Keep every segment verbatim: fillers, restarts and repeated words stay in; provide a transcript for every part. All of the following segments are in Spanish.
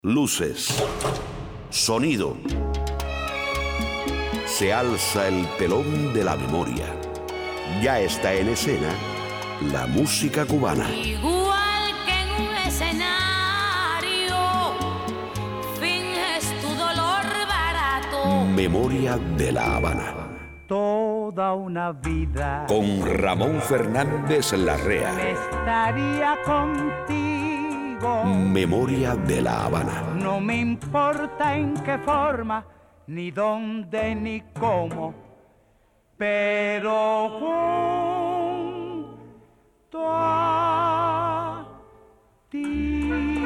Luces, sonido. Se alza el telón de la memoria. Ya está en escena la música cubana. Igual que en un escenario, finges tu dolor barato. Memoria de La Habana. Toda una vida Con Ramón Fernández Larrea. me estaría contigo. Memoria de La Habana. No me importa en qué forma, ni dónde, ni cómo, pero junto a ti.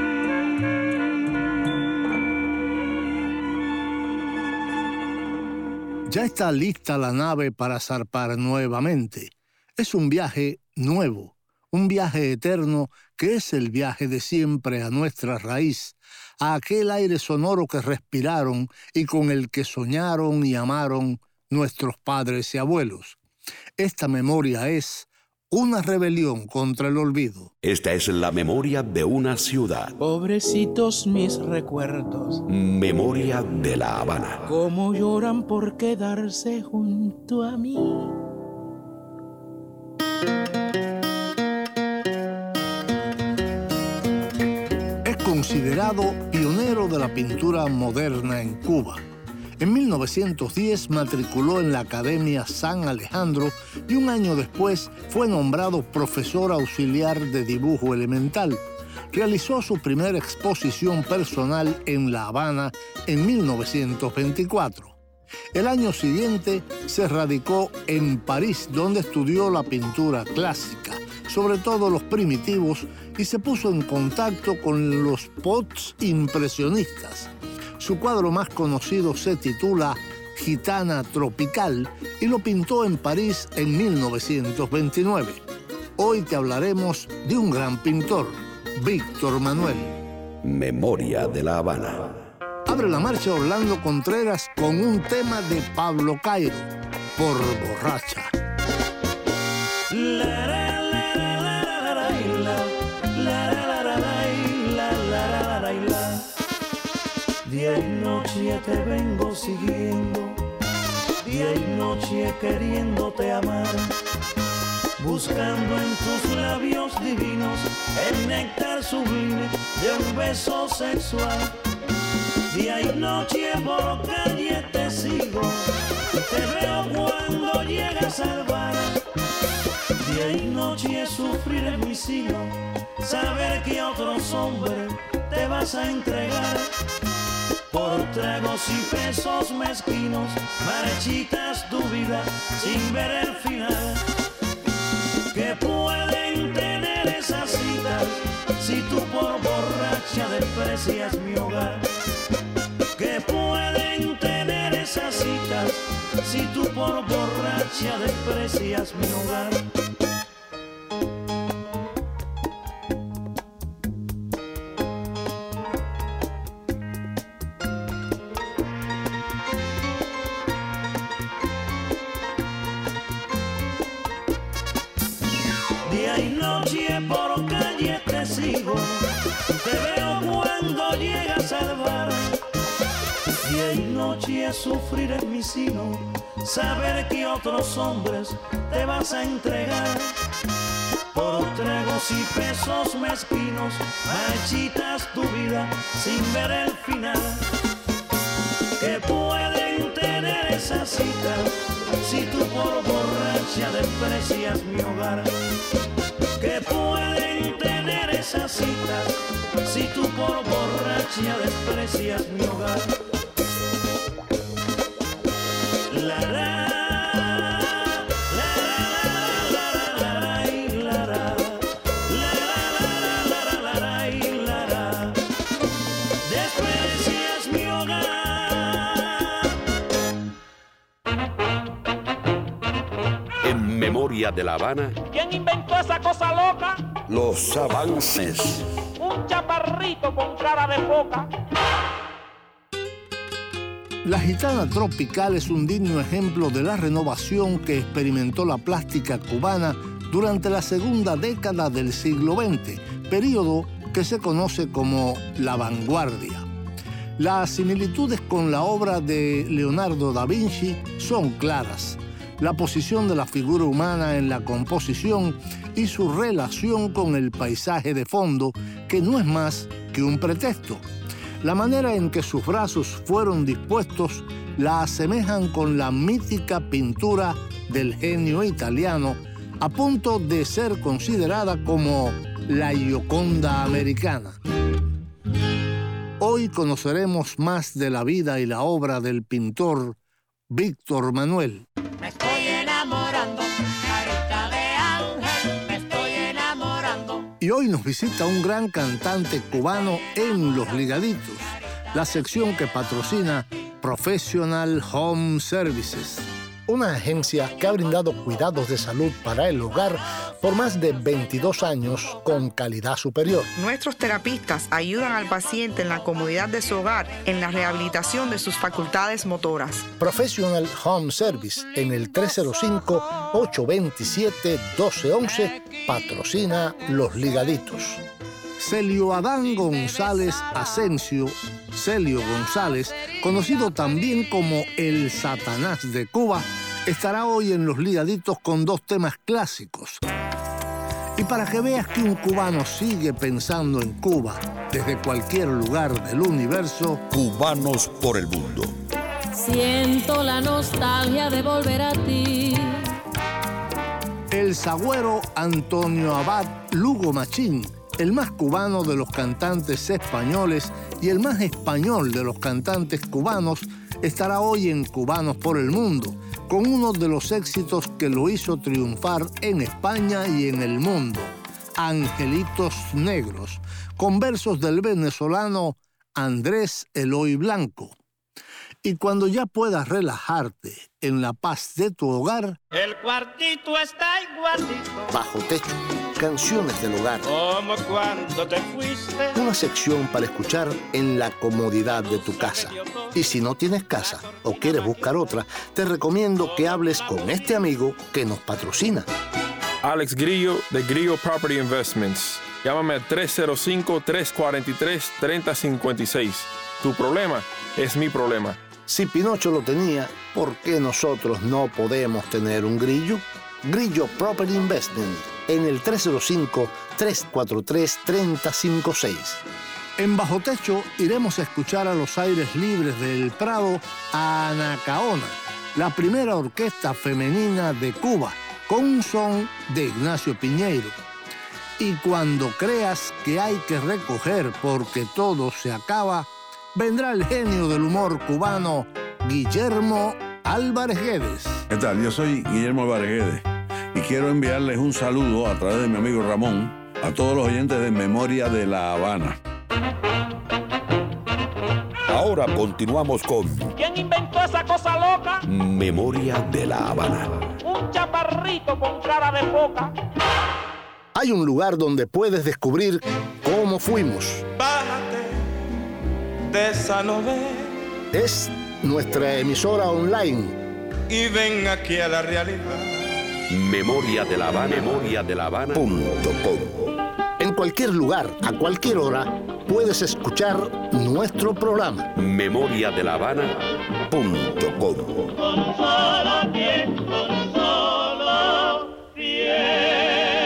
Ya está lista la nave para zarpar nuevamente. Es un viaje nuevo, un viaje eterno que es el viaje de siempre a nuestra raíz, a aquel aire sonoro que respiraron y con el que soñaron y amaron nuestros padres y abuelos. Esta memoria es una rebelión contra el olvido. Esta es la memoria de una ciudad. Pobrecitos mis recuerdos, Memoria de La Habana. cómo lloran por quedarse junto a mí. Es considerado pionero de la pintura moderna en Cuba. En mil novecientos diez matriculó en la Academia San Alejandro y un año después fue nombrado profesor auxiliar de dibujo elemental. Realizó su primera exposición personal en La Habana en mil novecientos veinticuatro. El año siguiente se radicó en París, donde estudió la pintura clásica, sobre todo los primitivos, y se puso en contacto con los pots impresionistas. Su cuadro más conocido se titula Gitana Tropical y lo pintó en París en mil novecientos veintinueve. Hoy te hablaremos de un gran pintor, Víctor Manuel. Memoria de La Habana. Abre la marcha Orlando Contreras con un tema de Pablo Cairo, Por Borracha. Día y noche te vengo siguiendo, día y noche queriéndote amar, buscando en tus labios divinos el néctar sublime de un beso sexual. Día y noche por calle te sigo, te veo cuando llegas al bar. Día y noche sufrir en mi sino, saber que a otros hombres te vas a entregar. Por tragos y pesos mezquinos, marchitas tu vida sin ver el final. ¿Qué pueden tener esas citas si tú por borracha desprecias mi hogar? ¿Qué pueden tener esas citas si tú por borracha desprecias mi hogar? Día y noche por calle te sigo, te veo cuando llegas al bar. Día y noche sufrir en mi sino, saber que otros hombres te vas a entregar. Por tragos y pesos mezquinos, marchitas tu vida sin ver el final. ¿Qué pueden tener esas citas si tú por borracha desprecias mi hogar? ¿Qué pueden tener esas citas si tú por borracha desprecias mi hogar? La la Memoria de La Habana. ¿Quién inventó esa cosa loca? Los avances. Un chaparrito con cara de foca. La Gitana Tropical es un digno ejemplo de la renovación que experimentó la plástica cubana durante la segunda década del siglo veinte, periodo que se conoce como la vanguardia. Las similitudes con la obra de Leonardo da Vinci son claras. La posición de la figura humana en la composición y su relación con el paisaje de fondo, que no es más que un pretexto. La manera en que sus brazos fueron dispuestos la asemejan con la mítica pintura del genio italiano, a punto de ser considerada como la Gioconda americana. Hoy conoceremos más de la vida y la obra del pintor Víctor Manuel. Me estoy enamorando, carita de ángel, me estoy enamorando. Y hoy nos visita un gran cantante cubano en Los Ligaditos, la sección que patrocina Professional Home Services, una agencia que ha brindado cuidados de salud para el hogar por más de veintidós años con calidad superior. Nuestros terapistas ayudan al paciente en la comodidad de su hogar, en la rehabilitación de sus facultades motoras. Professional Home Service en el tres cero cinco, ocho dos siete, uno dos uno uno patrocina Los Ligaditos. Celio Adán González Asensio, Celio González, conocido también como el Satanás de Cuba, estará hoy en Los Ligaditos con dos temas clásicos. Y para que veas que un cubano sigue pensando en Cuba desde cualquier lugar del universo, Cubanos por el mundo. Siento la nostalgia de volver a ti. el sagüero Antonio Abad Lugo Machín, el más cubano de los cantantes españoles y el más español de los cantantes cubanos, estará hoy en Cubanos por el Mundo, con uno de los éxitos que lo hizo triunfar en España y en el mundo, Angelitos Negros, con versos del venezolano Andrés Eloy Blanco. Y cuando ya puedas relajarte en la paz de tu hogar, el cuartito está igualito, Bajo Techo, canciones del hogar, como cuando te fuiste. una sección para escuchar en la comodidad de tu casa. Y si no tienes casa o quieres buscar otra, te recomiendo que hables con este amigo que nos patrocina. Alex Grillo, de Grillo Property Investments. Llámame al tres cero cinco, tres cuatro tres, tres cero cinco seis. Tu problema es mi problema. Si Pinocho lo tenía, ¿por qué nosotros no podemos tener un Grillo? Grillo Property Investment en el tres cero cinco, tres cuatro tres, tres cero cinco seis. En Bajo Techo iremos a escuchar a los aires libres del Prado a Anacaona, la primera orquesta femenina de Cuba, con un son de Ignacio Piñeiro. Y cuando creas que hay que recoger porque todo se acaba, vendrá el genio del humor cubano, Guillermo Álvarez Guedes. ¿Qué tal? Yo soy Guillermo Álvarez Guedes y quiero enviarles un saludo a través de mi amigo Ramón a todos los oyentes de Memoria de La Habana. Ahora continuamos con ¿Quién inventó esa cosa loca? Memoria de La Habana. Un chaparrito con cara de foca. Hay un lugar donde puedes descubrir cómo fuimos. Bájate de esa novela Es nuestra emisora online. y ven aquí a la realidad. Memoria de La Habana. Memoria de La Habana. Punto com. En cualquier lugar, a cualquier hora, puedes escuchar nuestro programa. Memoria de La Habana. Punto com. Con solo pie, con solo pie.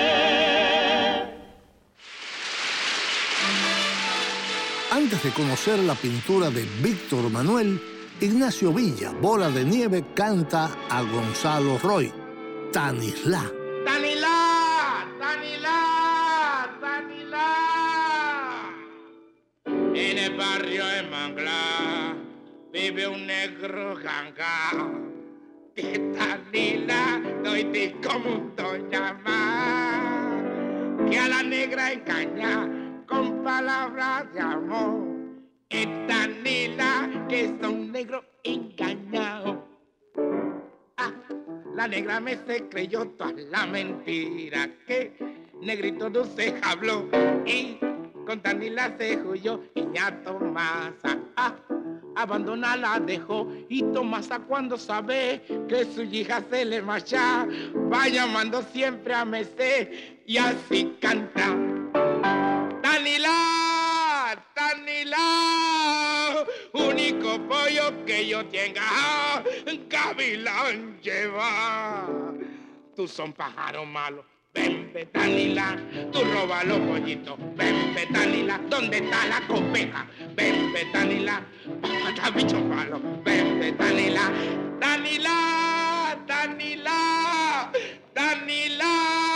Antes de conocer la pintura de Víctor Manuel, Ignacio Villa, Bola de Nieve, canta a Gonzalo Roy, Tanislá. Tanilá, Tanilá, Tanilá. En el barrio de Mangla vive un negro ganga. Que Tanilá, no te como doña más. Que a la negra engaña con palabras de amor. Esta Nila que es un negro engañado. Ah, la negra me se creyó toda la mentira que negrito dulce habló y con Tanila se huyó y ya Tomasa ah, abandona la dejó y Tomasa cuando sabe que su hija se le marcha va llamando siempre a Mesé y así canta. Tanilá, Tanilá, único pollo que yo tenga, ah, gavilán lleva. Tú son pájaro malo, ven Betanila, tú roba los pollitos, ven Betanila, ¿dónde está la copeja? Ven Betanila, papá bicho malo, ven Betanila, Danila, Danila, Danila.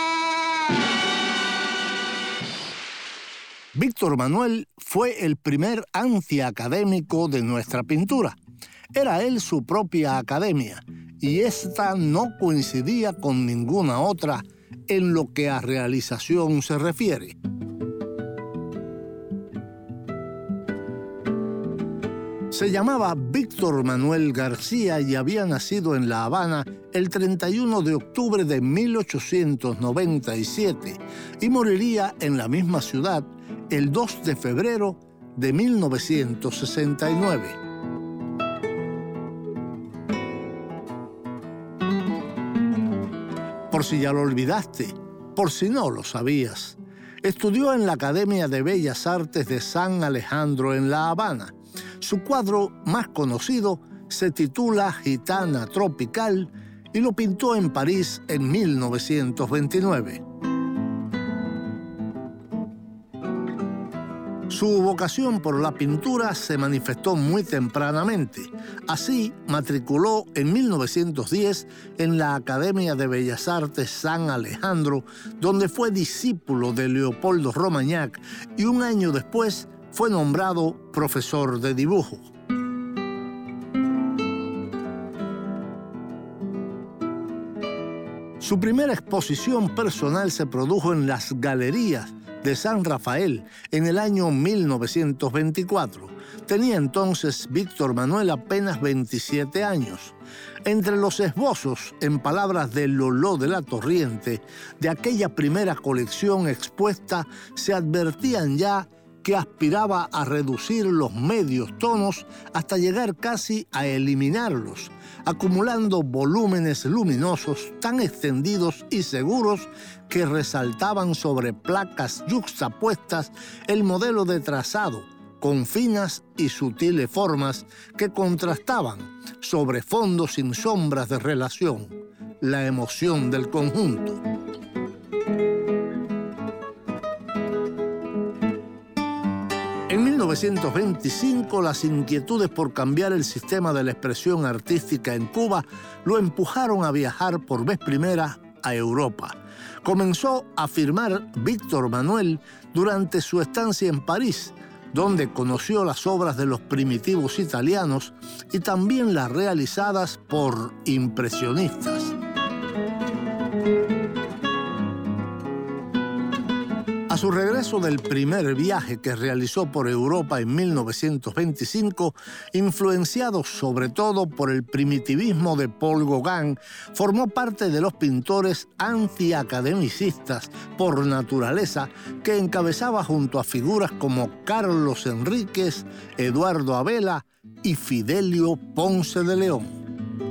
Víctor Manuel fue el primer antiacadémico de nuestra pintura. Era él su propia academia, y esta no coincidía con ninguna otra en lo que a realización se refiere. Se llamaba Víctor Manuel García y había nacido en La Habana el treinta y uno de octubre de mil ochocientos noventa y siete y moriría en la misma ciudad el dos de febrero de mil novecientos sesenta y nueve. Por si ya lo olvidaste, por si no lo sabías, estudió en la Academia de Bellas Artes de San Alejandro en La Habana. Su cuadro más conocido se titula Gitana Tropical y lo pintó en París en mil novecientos veintinueve. Su vocación por la pintura se manifestó muy tempranamente. Así, matriculó en mil novecientos diez en la Academia de Bellas Artes San Alejandro, donde fue discípulo de Leopoldo Romagnac y un año después fue nombrado profesor de dibujo. Su primera exposición personal se produjo en las Galerías de San Rafael en el año mil novecientos veinticuatro. Tenía entonces Víctor Manuel apenas veintisiete años. Entre los esbozos, en palabras de Loló de la Torriente, de aquella primera colección expuesta, se advertían ya que aspiraba a reducir los medios tonos hasta llegar casi a eliminarlos, acumulando volúmenes luminosos tan extendidos y seguros que resaltaban sobre placas yuxtapuestas el modelo de trazado, con finas y sutiles formas que contrastaban sobre fondos sin sombras de relación, la emoción del conjunto. En mil novecientos veinticinco, las inquietudes por cambiar el sistema de la expresión artística en Cuba lo empujaron a viajar por vez primera a Europa. Comenzó a firmar Víctor Manuel durante su estancia en París, donde conoció las obras de los primitivos italianos y también las realizadas por impresionistas. A su regreso del primer viaje que realizó por Europa en mil novecientos veinticinco, influenciado sobre todo por el primitivismo de Paul Gauguin, formó parte de los pintores antiacademicistas por naturaleza que encabezaba junto a figuras como Carlos Enríquez, Eduardo Abela y Fidelio Ponce de León.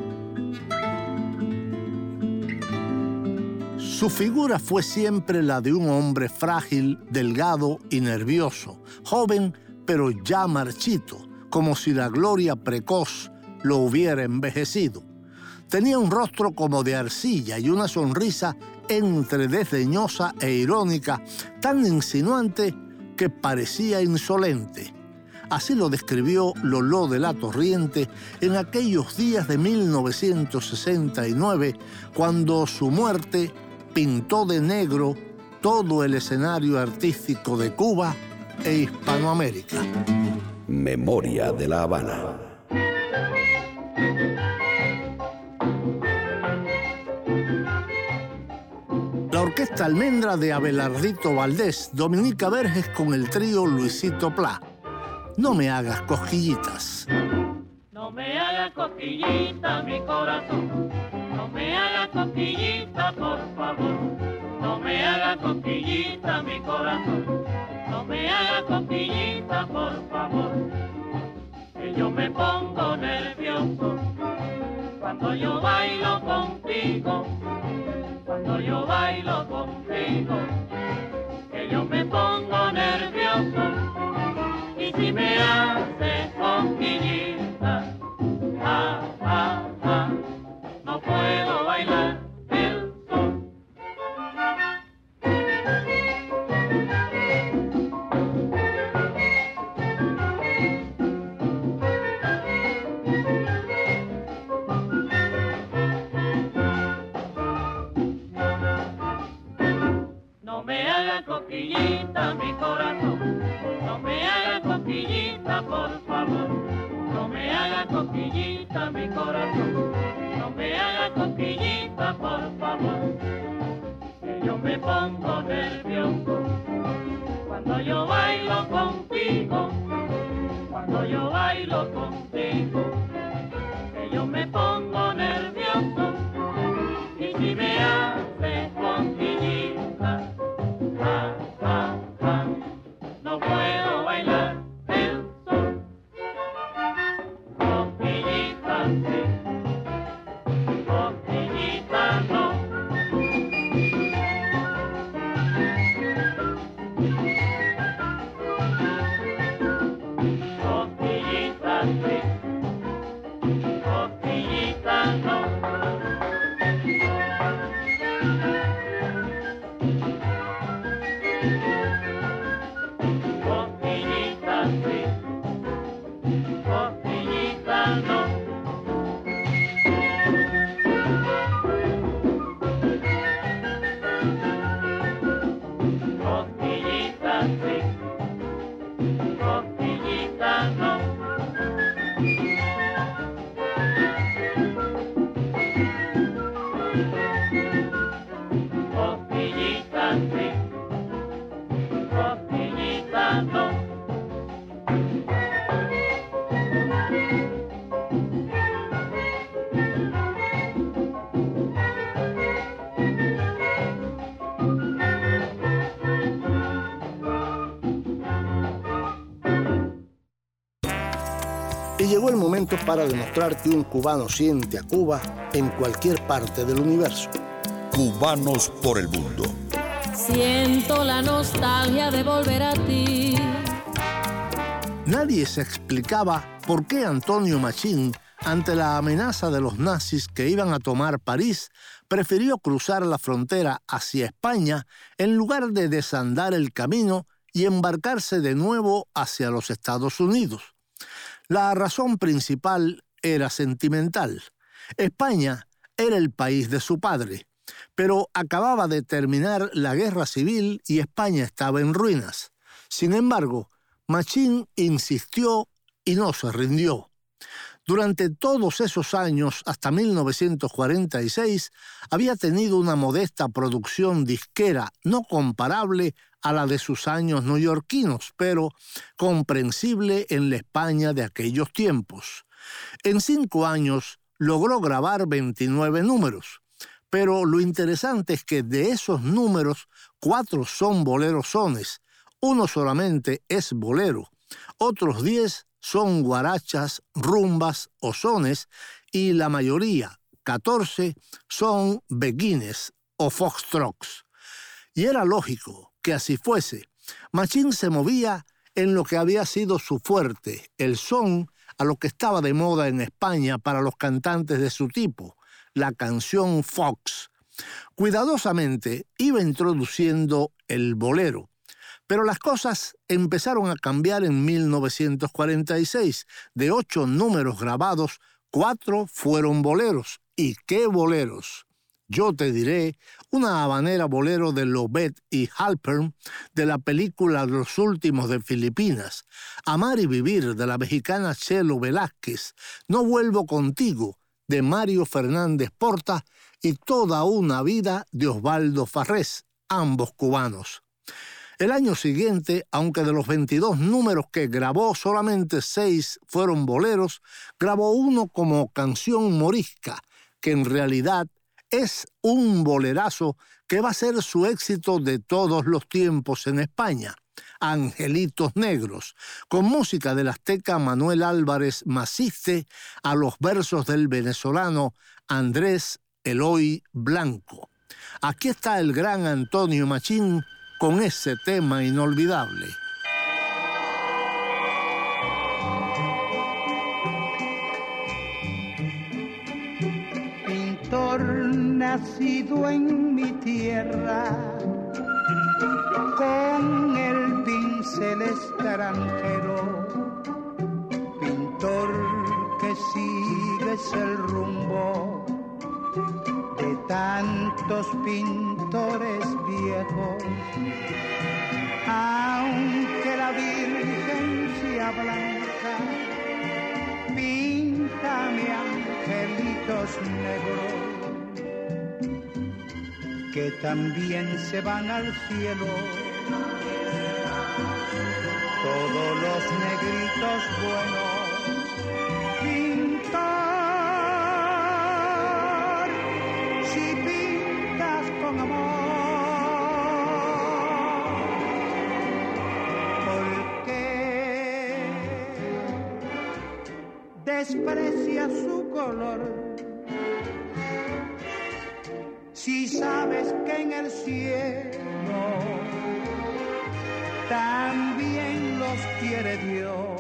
Su figura fue siempre la de un hombre frágil, delgado y nervioso, joven pero ya marchito, como si la gloria precoz lo hubiera envejecido. Tenía un rostro como de arcilla y una sonrisa entre desdeñosa e irónica, tan insinuante que parecía insolente. Así lo describió Loló de la Torriente en aquellos días de mil novecientos sesenta y nueve, cuando su muerte pintó de negro todo el escenario artístico de Cuba e Hispanoamérica. Memoria de La Habana. La Orquesta Almendra de Abelardito Valdés, Dominica Verges con el trío Luisito Pla. No me hagas cosquillitas. No me hagas cosquillitas, mi corazón. No me hagas cosquillita, por favor. No me hagas cosquillita, mi corazón. No me hagas cosquillita, por favor. Que yo me pongo nervioso cuando yo bailo contigo. Cuando yo bailo contigo. Que yo me pongo nervioso. Y si me haces cosquillita, por favor, no me haga cosquillita mi corazón, no me haga cosquillita por favor, que yo me pongo nervioso cuando yo bailo contigo, cuando yo bailo contigo, que yo me pongo nervioso y si me hace cosquillita, ja, ja, ja, no puedo bailar el sol. Cosquillita sí, cosquillita no. Cosquillita sí, cosquillita no. Cosquillita sí, cosquillita no. Cosquillita sí, cosquillita no. Cosquillita sí, cosquillita no. Y llegó el momento para demostrar que un cubano siente a Cuba en cualquier parte del universo. Cubanos por el mundo. Siento la nostalgia de volver a ti. Nadie se explicaba por qué Antonio Machín, ante la amenaza de los nazis que iban a tomar París, prefirió cruzar la frontera hacia España en lugar de desandar el camino y embarcarse de nuevo hacia los Estados Unidos. La razón principal era sentimental. España era el país de su padre, pero acababa de terminar la guerra civil y España estaba en ruinas. Sin embargo, Machín insistió y no se rindió. Durante todos esos años, hasta mil novecientos cuarenta y seis, había tenido una modesta producción disquera no comparable a la de sus años neoyorquinos, pero comprensible en la España de aquellos tiempos. En cinco años logró grabar veintinueve números, pero lo interesante es que de esos números, cuatro son bolerosones, uno solamente es bolero, otros diez son guarachas, rumbas o sones y la mayoría, catorce, son beguines o foxtrots. Y era lógico que así fuese. Machín se movía en lo que había sido su fuerte, el son, a lo que estaba de moda en España para los cantantes de su tipo, la canción fox. Cuidadosamente iba introduciendo el bolero. Pero las cosas empezaron a cambiar en mil novecientos cuarenta y seis. De ocho números grabados, cuatro fueron boleros. ¿Y qué boleros? Yo te diré, una habanera bolero de Lobet y Halpern, de la película Los Últimos de Filipinas, Amar y Vivir, de la mexicana Chelo Velázquez, No Vuelvo Contigo, de Mario Fernández Porta, y Toda una Vida, de Osvaldo Farrés, ambos cubanos. El año siguiente, aunque de los veintidós números que grabó, solamente seis fueron boleros, grabó uno como canción morisca, que en realidad es un bolerazo que va a ser su éxito de todos los tiempos en España, Angelitos Negros, con música del azteca Manuel Álvarez Maciste a los versos del venezolano Andrés Eloy Blanco. Aquí está el gran Antonio Machín con ese tema inolvidable. Pintor nacido en mi tierra, con el pincel extranjero, pintor que sigues el rumbo de tantos pintores viejos, aunque la Virgen sea blanca blanca, píntame angelitos negros que también se van al cielo. Todos los negritos buenos, pintar, si pintas con amor, ¿por qué desprecias su color? Si sabes que en el cielo también los quiere Dios.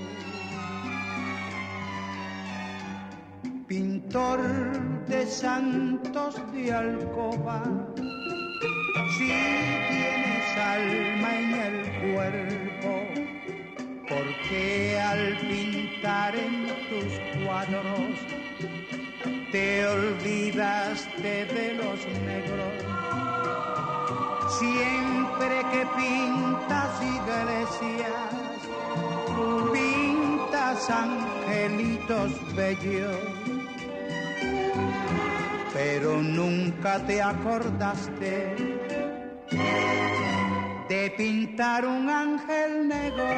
Pintor de santos de alcoba, si tienes alma en el cuerpo, ¿por qué al pintar en tus cuadros te olvidaste de los negros? Siempre que pintas iglesias, pintas angelitos bellos, pero nunca te acordaste de pintar un ángel negro.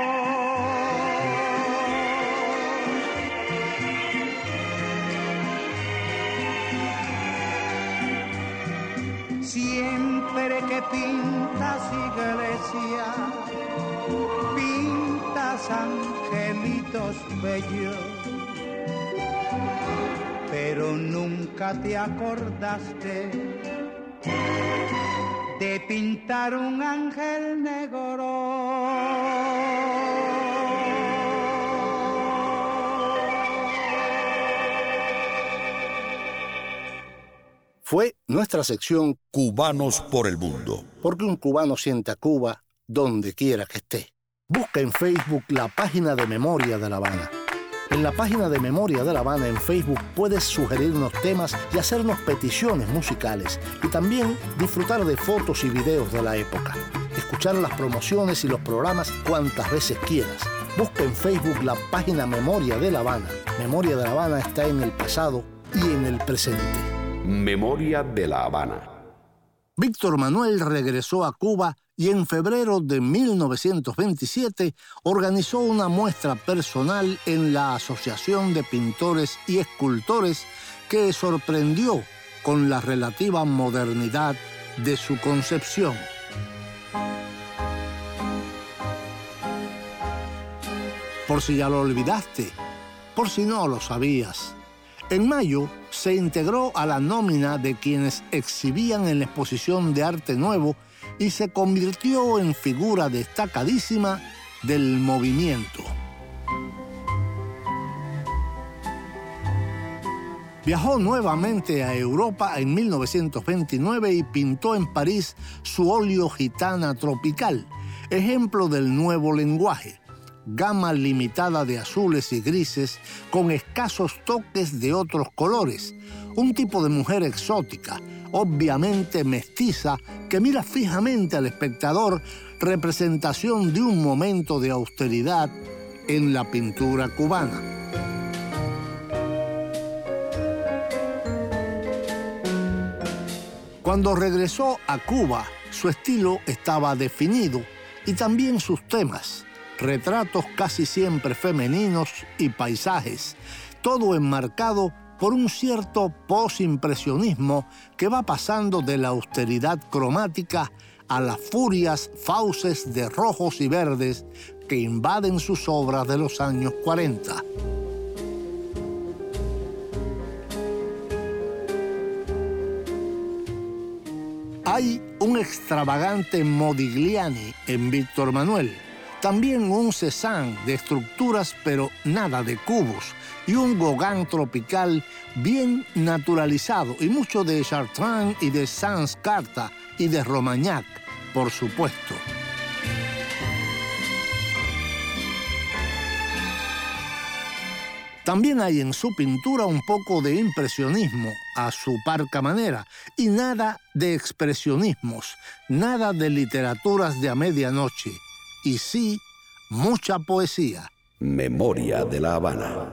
Siempre que pintas iglesias, pintas angelitos bellos, pero nunca te acordaste de pintar un ángel negro. Fue nuestra sección Cubanos por el Mundo. Porque un cubano siente a Cuba donde quiera que esté. Busca en Facebook la página de Memoria de La Habana. En la página de Memoria de La Habana en Facebook puedes sugerirnos temas y hacernos peticiones musicales y también disfrutar de fotos y videos de la época. Escuchar las promociones y los programas cuantas veces quieras. Busca en Facebook la página Memoria de La Habana. Memoria de La Habana está en el pasado y en el presente. Memoria de La Habana. Víctor Manuel regresó a Cuba y en febrero de mil novecientos veintisiete organizó una muestra personal en la Asociación de Pintores y Escultores que sorprendió con la relativa modernidad de su concepción. Por si ya lo olvidaste, por si no lo sabías, en mayo se integró a la nómina de quienes exhibían en la exposición de arte nuevo y se convirtió en figura destacadísima del movimiento. Viajó nuevamente a Europa en mil novecientos veintinueve y pintó en París su óleo Gitana Tropical, ejemplo del nuevo lenguaje. Gama limitada de azules y grises con escasos toques de otros colores. Un tipo de mujer exótica, obviamente mestiza, que mira fijamente al espectador, representación de un momento de austeridad en la pintura cubana. Cuando regresó a Cuba, su estilo estaba definido y también sus temas. Retratos casi siempre femeninos y paisajes, todo enmarcado por un cierto posimpresionismo que va pasando de la austeridad cromática a las furias fauces de rojos y verdes que invaden sus obras de los años cuarenta. Hay un extravagante Modigliani en Víctor Manuel, también un Cézanne de estructuras pero nada de cubos, y un Gauguin tropical bien naturalizado, y mucho de Chartrand y de Sans-Carta y de Romagnac, por supuesto. También hay en su pintura un poco de impresionismo, a su parca manera, y nada de expresionismos, nada de literaturas de a medianoche, y sí, mucha poesía. Memoria de La Habana.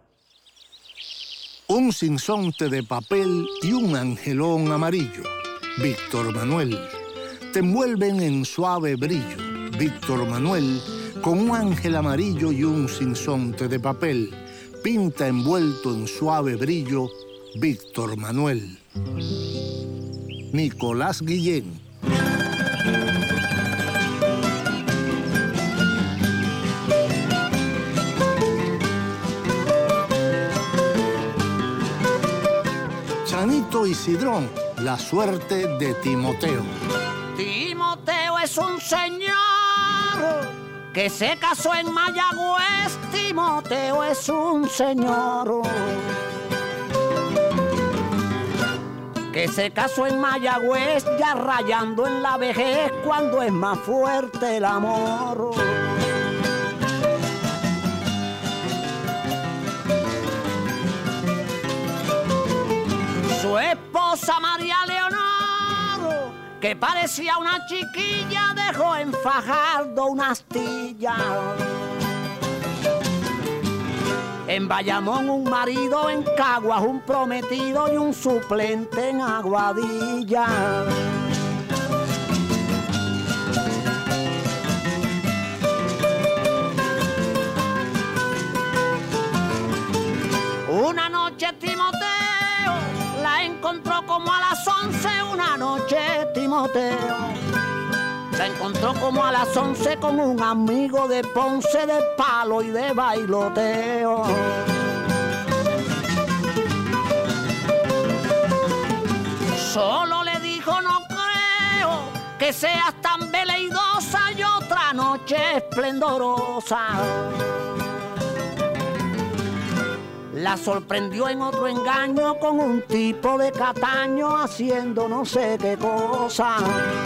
Un sinsonte de papel y un angelón amarillo, Víctor Manuel, te envuelven en suave brillo, Víctor Manuel, con un ángel amarillo y un sinsonte de papel, pinta envuelto en suave brillo, Víctor Manuel. Nicolás Guillén. Chanito y Sidrón, la suerte de Timoteo. Timoteo es un señor que se casó en Mayagüez. Timoteo es un señor que se casó en Mayagüez, ya rayando en la vejez cuando es más fuerte el amor. Su esposa María Leonor, que parecía una chiquilla, dejó en Fajardo una astilla. En Bayamón un marido, en Caguas un prometido y un suplente en Aguadilla. Una noche Timoteo la encontró como a las once, una noche Timoteo la encontró como a las once con un amigo de Ponce, de palo y de bailoteo. Solo le dijo: no creo que seas tan veleidosa, y otra noche esplendorosa. La sorprendió en otro engaño con un tipo de Cataño haciendo no sé qué cosa.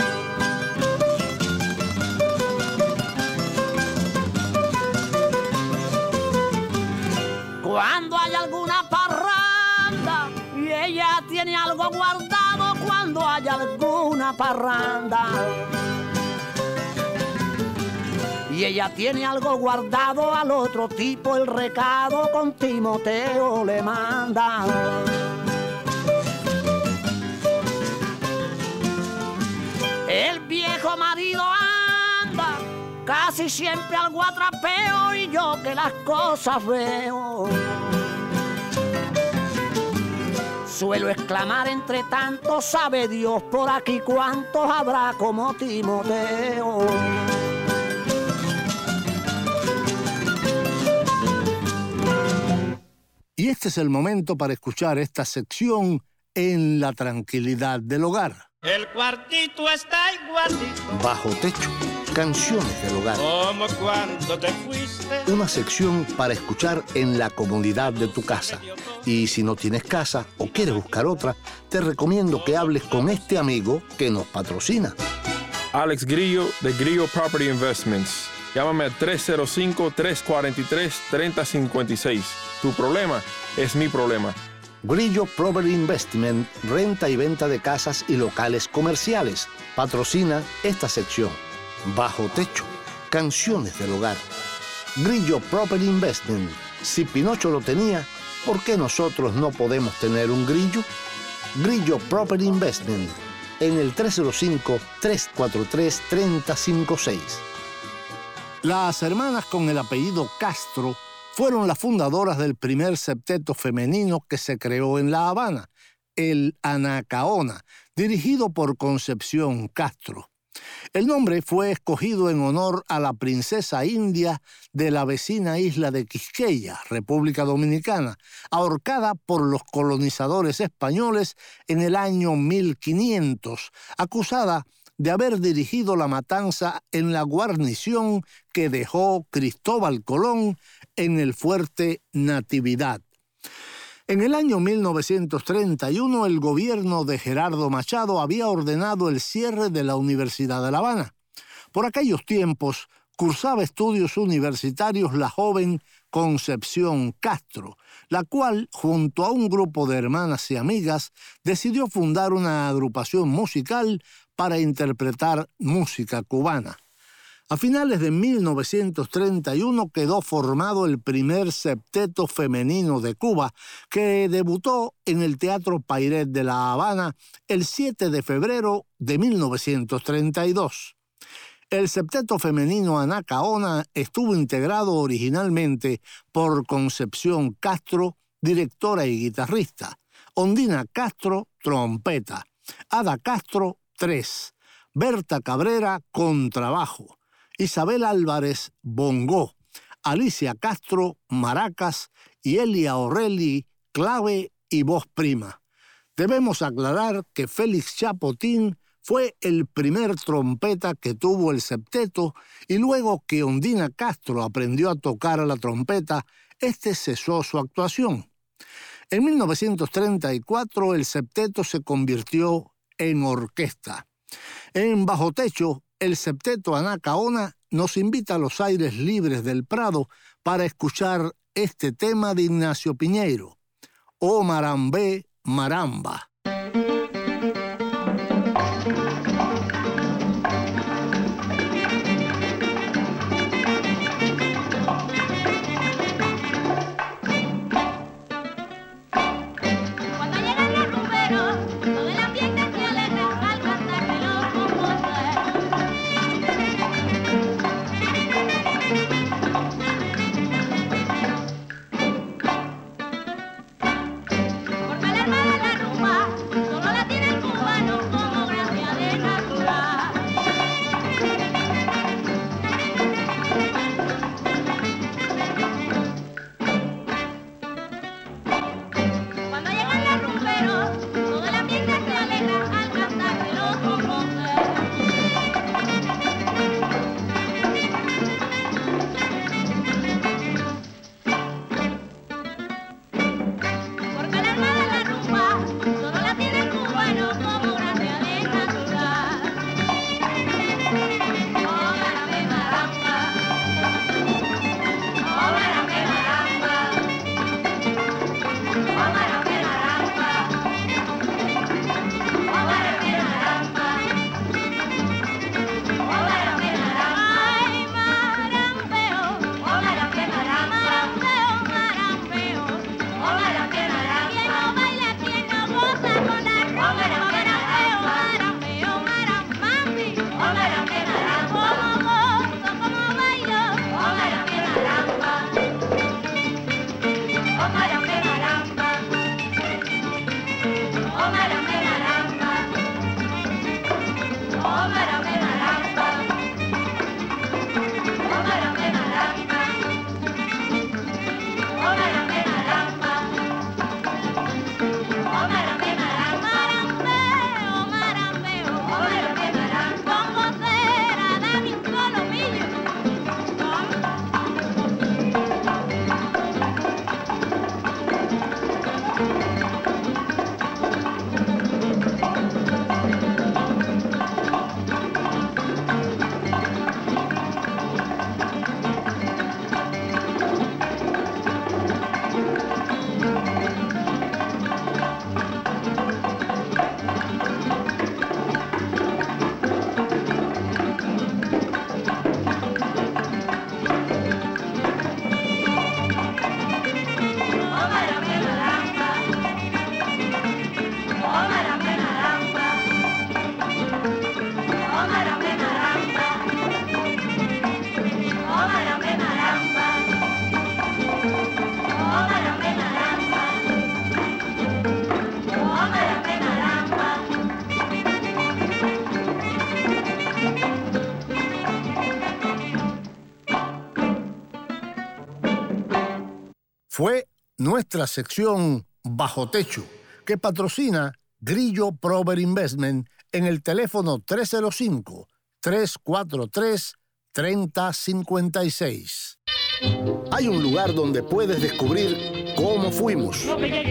Cuando hay alguna parranda y ella tiene algo guardado, cuando hay alguna parranda y ella tiene algo guardado, al otro tipo el recado con Timoteo le manda. El viejo marido anda casi siempre al guatrapeo, y yo que las cosas veo suelo exclamar entre tanto: sabe Dios por aquí cuántos habrá como Timoteo. Y este es el momento para escuchar esta sección En la tranquilidad del hogar. El cuartito está igualito. Bajo techo, canciones del hogar. Como cuando te fuiste. Una sección para escuchar en la comodidad de tu casa. Y si no tienes casa o quieres buscar otra, te recomiendo que hables con este amigo que nos patrocina. Alex Grillo, de Grillo Property Investments. Llámame al tres cero cinco, tres cuatro tres, tres cero cinco seis. Tu problema es mi problema. Grillo Property Investment, renta y venta de casas y locales comerciales. Patrocina esta sección. Bajo techo, canciones del hogar. Grillo Property Investment. Si Pinocho lo tenía, ¿por qué nosotros no podemos tener un grillo? Grillo Property Investment, en el tres cero cinco, tres cuatro tres, tres cero cinco seis. Las hermanas con el apellido Castro fueron las fundadoras del primer septeto femenino que se creó en La Habana, el Anacaona, dirigido por Concepción Castro. El nombre fue escogido en honor a la princesa india de la vecina isla de Quisqueya, República Dominicana, ahorcada por los colonizadores españoles en el año mil quinientos, acusada de haber dirigido la matanza en la guarnición que dejó Cristóbal Colón en el fuerte Natividad. En el año mil novecientos treinta y uno, el gobierno de Gerardo Machado había ordenado el cierre de la Universidad de La Habana. Por aquellos tiempos, cursaba estudios universitarios la joven Concepción Castro, la cual, junto a un grupo de hermanas y amigas, decidió fundar una agrupación musical para interpretar música cubana. A finales de mil novecientos treinta y uno quedó formado el primer septeto femenino de Cuba, que debutó en el Teatro Pairet de La Habana el siete de febrero de mil novecientos treinta y dos. El septeto femenino Anacaona estuvo integrado originalmente por Concepción Castro, directora y guitarrista, Ondina Castro, trompeta, Ada Castro, tres, Berta Cabrera, contrabajo, Isabel Álvarez, bongó, Alicia Castro, maracas y Elia Orrelli, clave y voz prima. Debemos aclarar que Félix Chapotín fue el primer trompeta que tuvo el septeto y luego que Ondina Castro aprendió a tocar la trompeta, este cesó su actuación. En mil novecientos treinta y cuatro el septeto se convirtió en orquesta. En Bajo Techo, el septeto Anacaona nos invita a los aires libres del Prado para escuchar este tema de Ignacio Piñeiro, O Marambé, Maramba. Fue nuestra sección Bajo Techo, que patrocina Grillo Prover Investment en el teléfono tres cero cinco, tres cuatro tres, tres cero cinco seis. Hay un lugar donde puedes descubrir cómo fuimos.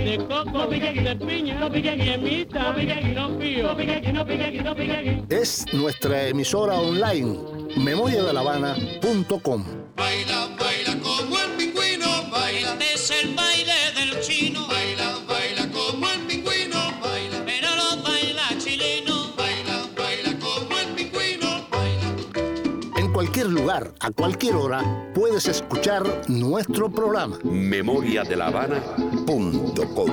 Es nuestra emisora online, memoria de la habana punto com. Baila, baila como el pingüino, baila. Este es el baile del chino. Baila, baila como el pingüino, baila. Pero lo baila chileno. Baila, baila como el pingüino, baila. En cualquier lugar a cualquier hora puedes escuchar nuestro programa. Memoria de la Habana punto com.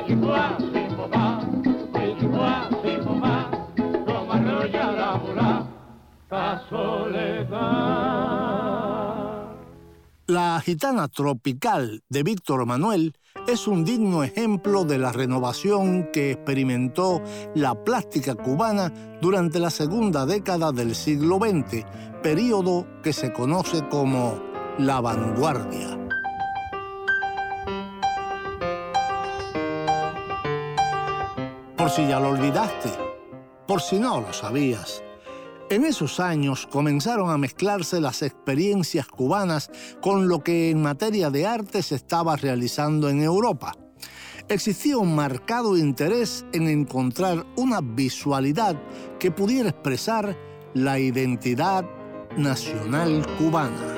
La Gitana Tropical de Víctor Manuel es un digno ejemplo de la renovación que experimentó la plástica cubana durante la segunda década del siglo veinte, período que se conoce como la vanguardia. Por si ya lo olvidaste, por si no lo sabías, en esos años comenzaron a mezclarse las experiencias cubanas con lo que en materia de arte se estaba realizando en Europa. Existía un marcado interés en encontrar una visualidad que pudiera expresar la identidad nacional cubana.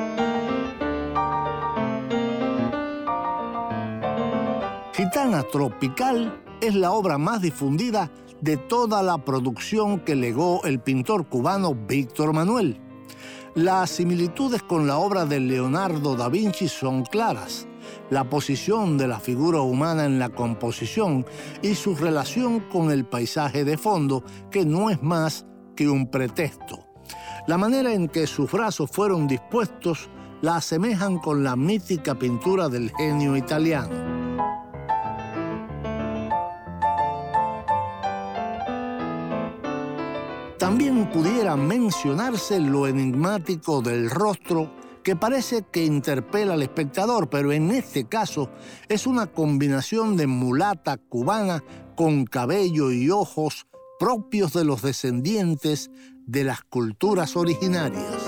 Gitana Tropical es la obra más difundida de toda la producción que legó el pintor cubano Víctor Manuel. Las similitudes con la obra de Leonardo da Vinci son claras. La posición de la figura humana en la composición y su relación con el paisaje de fondo, que no es más que un pretexto. La manera en que sus brazos fueron dispuestos la asemejan con la mítica pintura del genio italiano. También pudiera mencionarse lo enigmático del rostro, que parece que interpela al espectador, pero en este caso es una combinación de mulata cubana con cabello y ojos propios de los descendientes de las culturas originarias.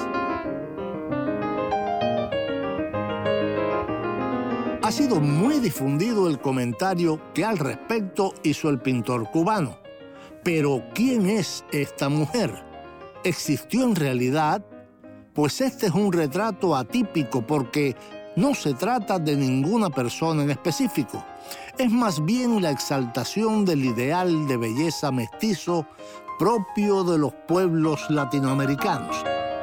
Ha sido muy difundido el comentario que al respecto hizo el pintor cubano. Pero, ¿quién es esta mujer? ¿Existió en realidad? Pues este es un retrato atípico porque no se trata de ninguna persona en específico. Es más bien la exaltación del ideal de belleza mestizo propio de los pueblos latinoamericanos.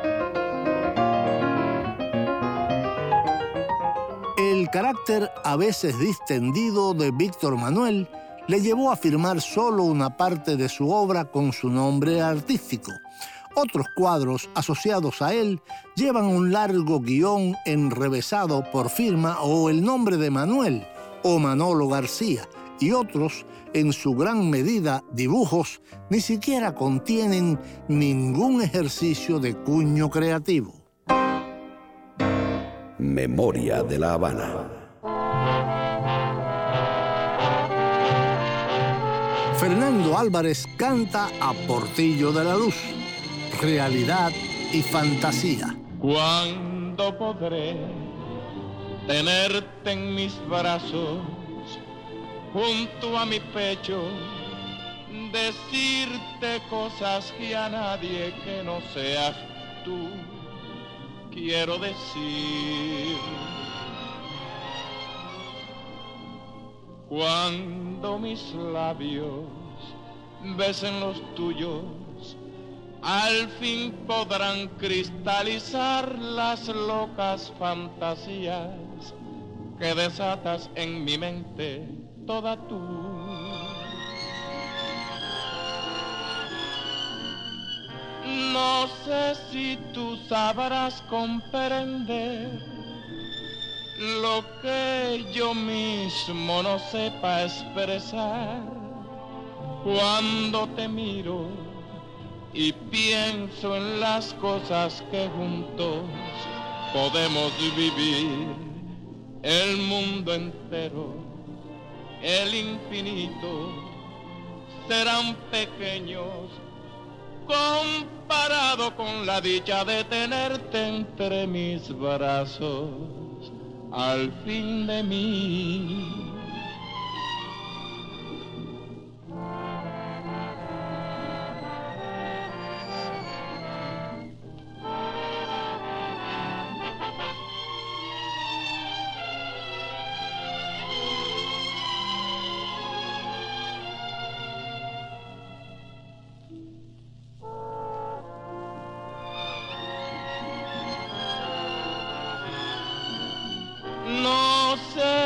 El carácter a veces distendido de Víctor Manuel le llevó a firmar solo una parte de su obra con su nombre artístico. Otros cuadros asociados a él llevan un largo guión enrevesado por firma o el nombre de Manuel o Manolo García, y otros, en su gran medida dibujos, ni siquiera contienen ningún ejercicio de cuño creativo. Memoria de la Habana. Fernando Álvarez canta a Portillo de la Luz, realidad y fantasía. ¿Cuándo podré tenerte en mis brazos, junto a mi pecho, decirte cosas que a nadie que no seas tú quiero decir? Cuando mis labios besen los tuyos, al fin podrán cristalizar las locas fantasías que desatas en mi mente toda tú. No sé si tú sabrás comprender lo que yo mismo no sepa expresar cuando te miro y pienso en las cosas que juntos podemos vivir. El mundo entero, el infinito, serán pequeños comparado con la dicha de tenerte entre mis brazos al fin de mí.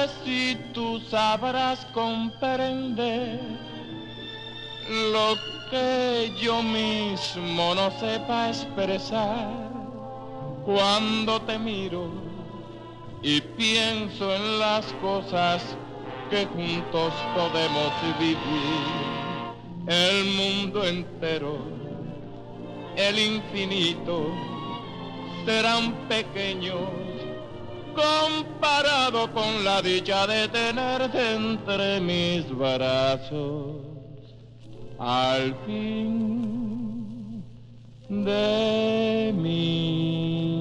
sé si tú sabrás comprender lo que yo mismo no sepa expresar cuando te miro y pienso en las cosas que juntos podemos vivir. El mundo entero, el infinito, serán pequeños comparado con la dicha de tenerte entre mis brazos al fin de mí.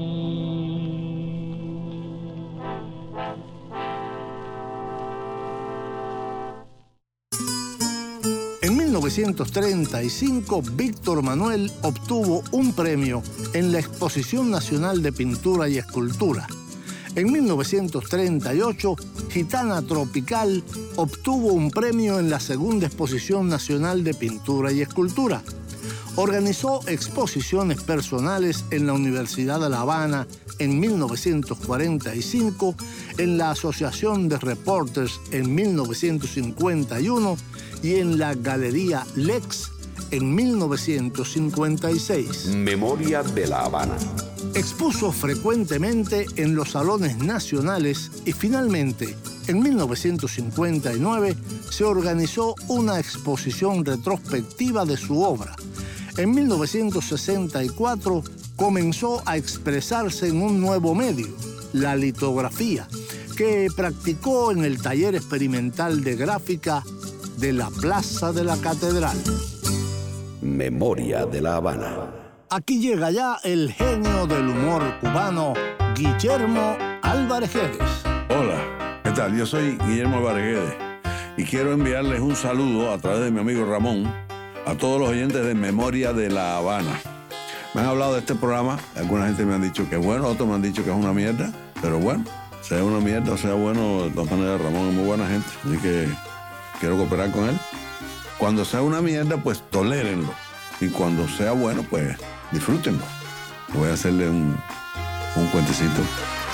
En mil novecientos treinta y cinco, Víctor Manuel obtuvo un premio en la Exposición Nacional de Pintura y Escultura. En mil novecientos treinta y ocho, Gitana Tropical obtuvo un premio en la Segunda Exposición Nacional de Pintura y Escultura. Organizó exposiciones personales en la Universidad de La Habana en mil novecientos cuarenta y cinco, en la Asociación de Reporters en mil novecientos cincuenta y uno y en la Galería Lex en mil novecientos cincuenta y seis. Memoria de La Habana. Expuso frecuentemente en los salones nacionales y finalmente, en mil novecientos cincuenta y nueve, se organizó una exposición retrospectiva de su obra. En mil novecientos sesenta y cuatro comenzó a expresarse en un nuevo medio, la litografía, que practicó en el taller experimental de gráfica de la Plaza de la Catedral. Memoria de La Habana. Aquí llega ya el genio del humor cubano, Guillermo Álvarez Guedes. Hola, ¿qué tal? Yo soy Guillermo Álvarez Guedes y quiero enviarles un saludo a través de mi amigo Ramón a todos los oyentes de Memoria de La Habana. Me han hablado de este programa, alguna gente me ha dicho que es bueno, otros me han dicho que es una mierda, pero bueno, sea una mierda o sea bueno, de todas maneras Ramón es muy buena gente, así que quiero cooperar con él. Cuando sea una mierda, pues tolérenlo, y cuando sea bueno, pues disfrútenlo. Voy a hacerle un, un cuentecito.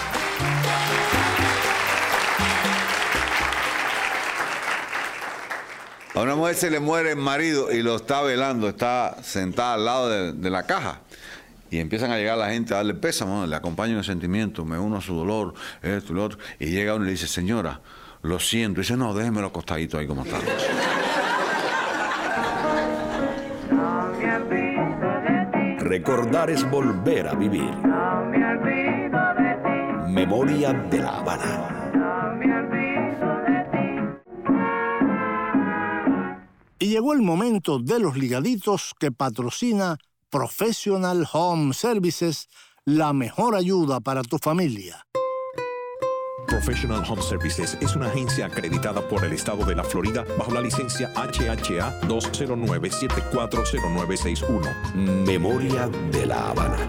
A una mujer se le muere el marido y lo está velando, está sentada al lado de, de la caja. Y empiezan a llegar la gente a darle pésamo, le acompaño en el sentimiento, me uno a su dolor, esto y lo otro. Y llega uno y le dice, señora, lo siento. Y dice, no, déjemelo acostadito ahí como está. Recordar es volver a vivir. Memoria de La Habana. Y llegó el momento de los ligaditos que patrocina Professional Home Services, la mejor ayuda para tu familia. Professional Home Services es una agencia acreditada por el estado de la Florida bajo la licencia H H A dos cero nueve siete cuatro cero nueve seis uno. Memoria de La Habana.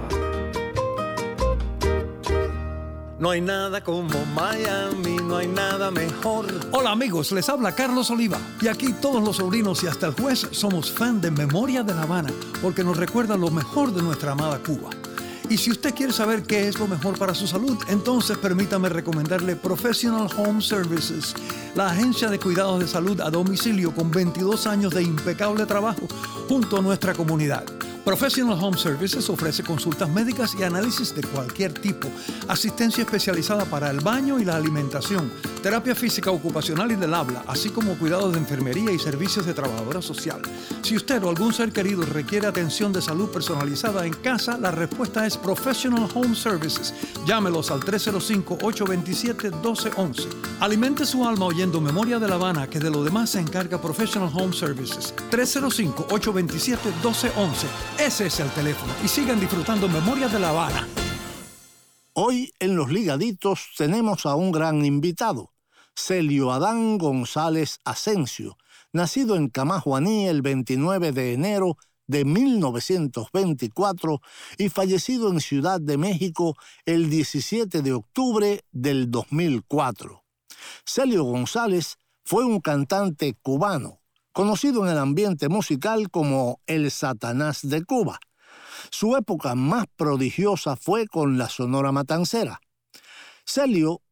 No hay nada como Miami, no hay nada mejor. Hola amigos, les habla Carlos Oliva. Y aquí todos los sobrinos y hasta el juez somos fan de Memoria de La Habana, porque nos recuerda lo mejor de nuestra amada Cuba. Y si usted quiere saber qué es lo mejor para su salud, entonces permítame recomendarle Professional Home Services, la agencia de cuidados de salud a domicilio con veintidós años de impecable trabajo junto a nuestra comunidad. Professional Home Services ofrece consultas médicas y análisis de cualquier tipo, asistencia especializada para el baño y la alimentación, terapia física ocupacional y del habla, así como cuidados de enfermería y servicios de trabajadora social. Si usted o algún ser querido requiere atención de salud personalizada en casa, la respuesta es Professional Home Services. Llámelos al tres cero cinco, ocho dos siete, uno dos uno uno. Alimente su alma oyendo Memoria de La Habana, que de lo demás se encarga Professional Home Services. tres cero cinco, ocho dos siete, uno dos uno uno. Ese es el teléfono. Y sigan disfrutando Memoria de La Habana. Hoy en Los Ligaditos tenemos a un gran invitado, Celio Adán González Asensio, nacido en Camajuaní el veintinueve de enero de mil novecientos veinticuatro y fallecido en Ciudad de México el diecisiete de octubre del dos mil cuatro. Celio González fue un cantante cubano, conocido en el ambiente musical como el Satanás de Cuba. Su época más prodigiosa fue con la Sonora Matancera. Celio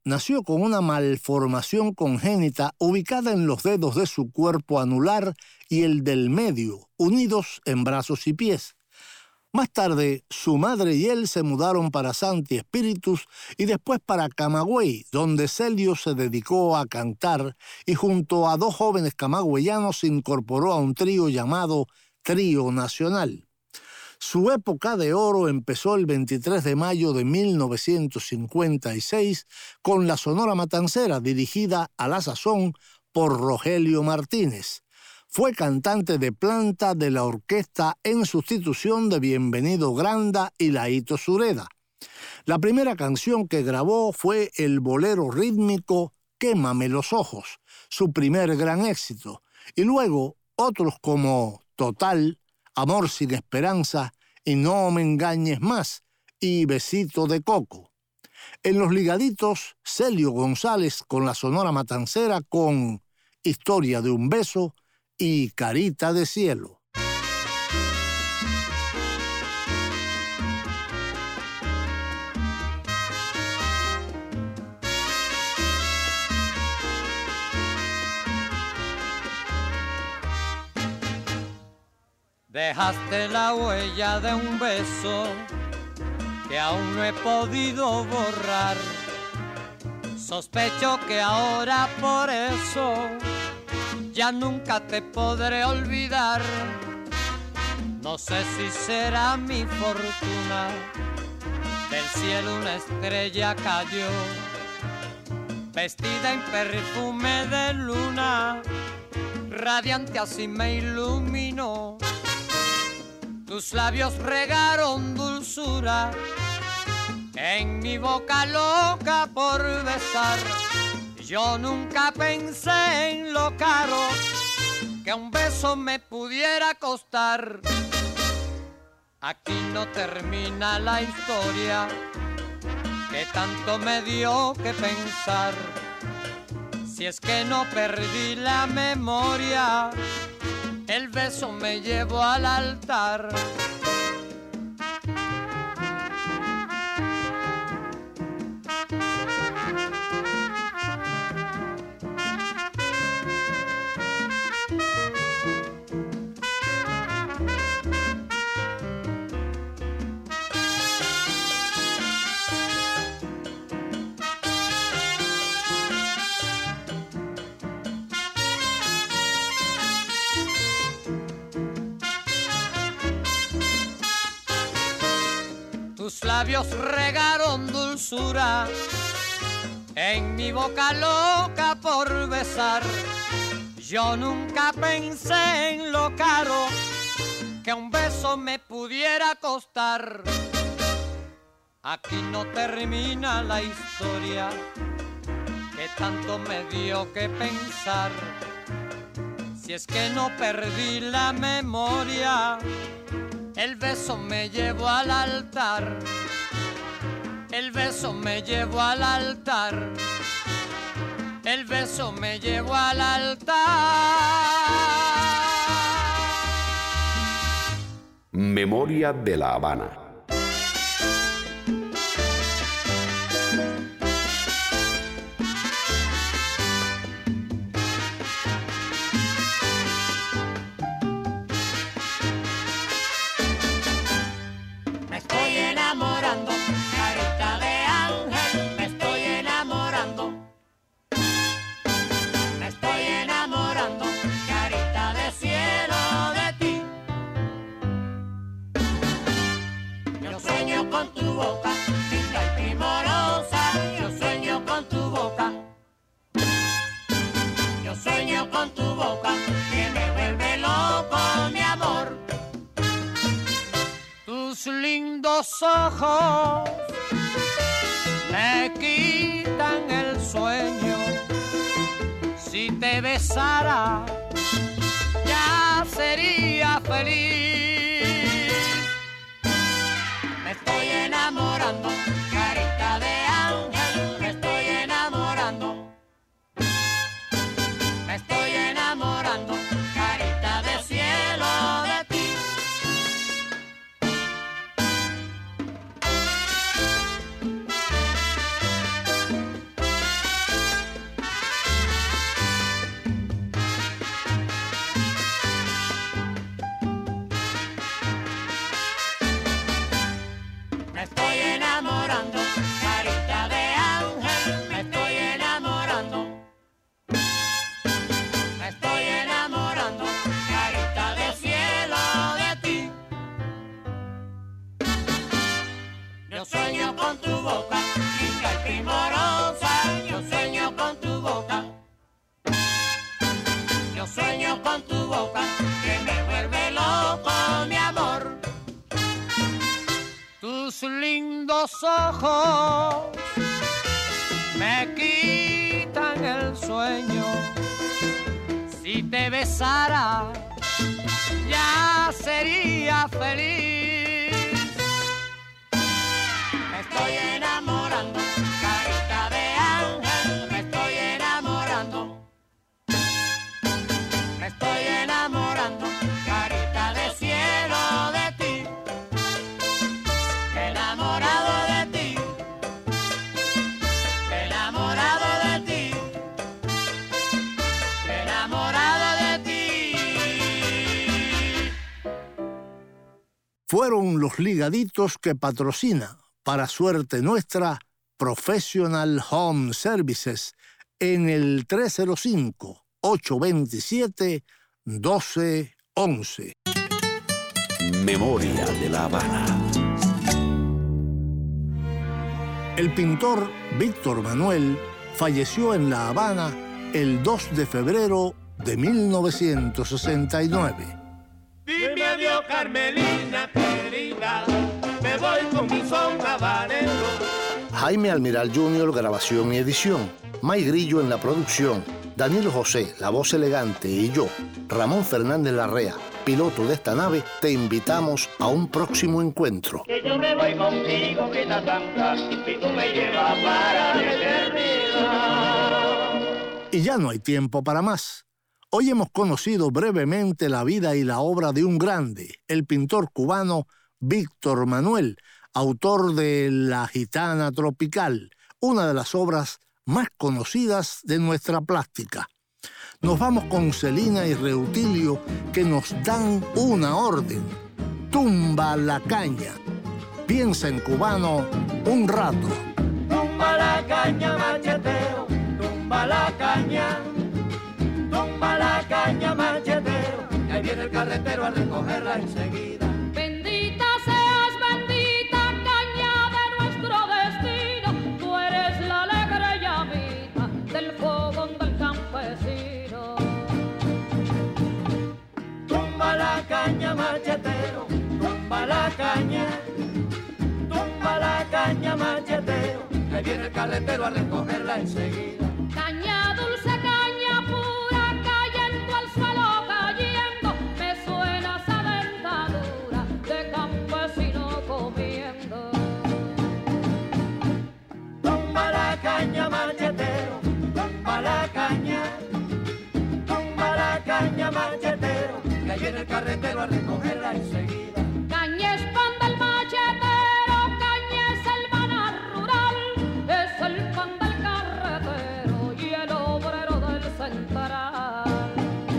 nació con una malformación congénita ubicada en los dedos de su cuerpo anular y el del medio, unidos en brazos y pies. Más tarde, su madre y él se mudaron para Santi Espíritus y después para Camagüey, donde Celio se dedicó a cantar y junto a dos jóvenes camagüeyanos se incorporó a un trío llamado Trío Nacional. Su época de oro empezó el veintitrés de mayo de mil novecientos cincuenta y seis con la Sonora Matancera, dirigida a la sazón por Rogelio Martínez. Fue cantante de planta de la orquesta en sustitución de Bienvenido Granda y Laíto Sureda. La primera canción que grabó fue el bolero rítmico Quémame los ojos, su primer gran éxito, y luego otros como Total, Amor sin esperanza y No me engañes más y Besito de coco. En los ligaditos, Celio González con la Sonora Matancera con Historia de un beso y Carita de cielo. Dejaste la huella de un beso que aún no he podido borrar. Sospecho que ahora por eso ya nunca te podré olvidar. No sé si será mi fortuna, del cielo una estrella cayó, vestida en perfume de luna, radiante así me iluminó. Tus labios regaron dulzura en mi boca loca por besar. Yo nunca pensé en lo caro que un beso me pudiera costar. Aquí no termina la historia que tanto me dio que pensar. Si es que no perdí la memoria, el beso me llevó al altar. Tus labios regaron dulzura en mi boca loca por besar. Yo nunca pensé en lo caro que un beso me pudiera costar. Aquí no termina la historia que tanto me dio que pensar. Si es que no perdí la memoria, el beso me llevó al altar. El beso me llevó al altar. El beso me llevó al altar. Memoria de La Habana. Lindos ojos me quitan el sueño. Si te besara ya sería feliz. Me estoy enamorando, carita de ángel, me estoy enamorando. Me estoy enamorando, carita de cielo de ti. los ojos me quitan el sueño. Si te besara, ya sería feliz. Me estoy enamorando, carita de ángel, me estoy enamorando. Me estoy enamorando, carita de cielo de ti. Enamorado de ti, enamorado de ti, enamorado de ti. Fueron los ligaditos que patrocina, para suerte nuestra, Professional Home Services en el tres cero cinco, ocho dos siete, uno dos uno uno. Memoria de La Habana. El pintor Víctor Manuel falleció en La Habana el dos de febrero de mil novecientos sesenta y nueve. Dime adiós, Carmelina querida, me voy con mi son habanero. Jaime Almiral junior, grabación y edición. May Grillo en la producción. Danilo José, la voz elegante, y yo, Ramón Fernández Larrea, piloto de esta nave, te invitamos a un próximo encuentro. Que yo me voy contigo, que la santa, y tú me llevas para la eternidad. Y ya no hay tiempo para más. Hoy hemos conocido brevemente la vida y la obra de un grande, el pintor cubano Víctor Manuel, autor de La Gitana Tropical, una de las obras más conocidas de nuestra plástica. Nos vamos con Celina y Reutilio, que nos dan una orden. Tumba la caña. Piensa en cubano un rato. Tumba la caña, machetero, tumba la caña. Tumba la caña, machetero, y ahí viene el carretero a recogerla enseguida. Bendita seas, bendita caña de nuestro destino. Tú eres la alegre llamita del fogón del campesino. Tumba la caña, machetero, tumba la caña. Tumba la caña, machetero, y ahí viene el carretero a recogerla enseguida. Caña dulce, caña pura, cayendo al suelo, cayendo, me suena esa dentadura de campesino comiendo. Tumba la caña, machetero, tumba la caña. Tumba la caña, machetero, que ahí viene el carretero a recogerla enseguida. Caña es pan del machetero, caña es el maná rural, es el pan del carretero y el obrero del central.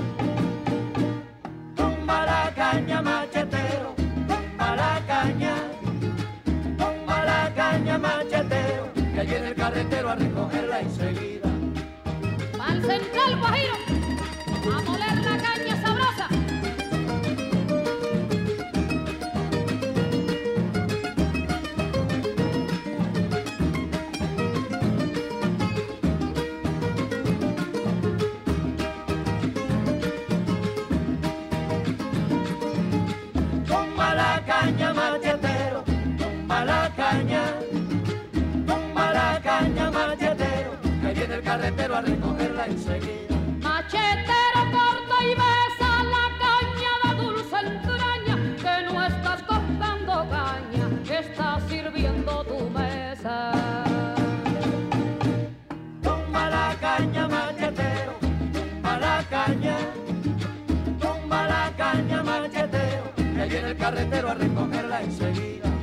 Tumba la caña, machetero, tumba la caña. Tumba la caña, machetero, que ahí viene el carretero a recogerla enseguida. Al central Guajiro, a moler la caña sabrosa. Tumba la caña, machetero, tumba la caña. Tumba la caña, machetero, que ahí viene el carretero a recogerla enseguida. Machetero, corta y besa la caña de dulce entraña, que no estás cortando caña, estás sirviendo tu mesa. Tumba la caña, machetero, tumba la caña. Tumba la caña, machetero, que ahí viene el carretero a recogerla enseguida.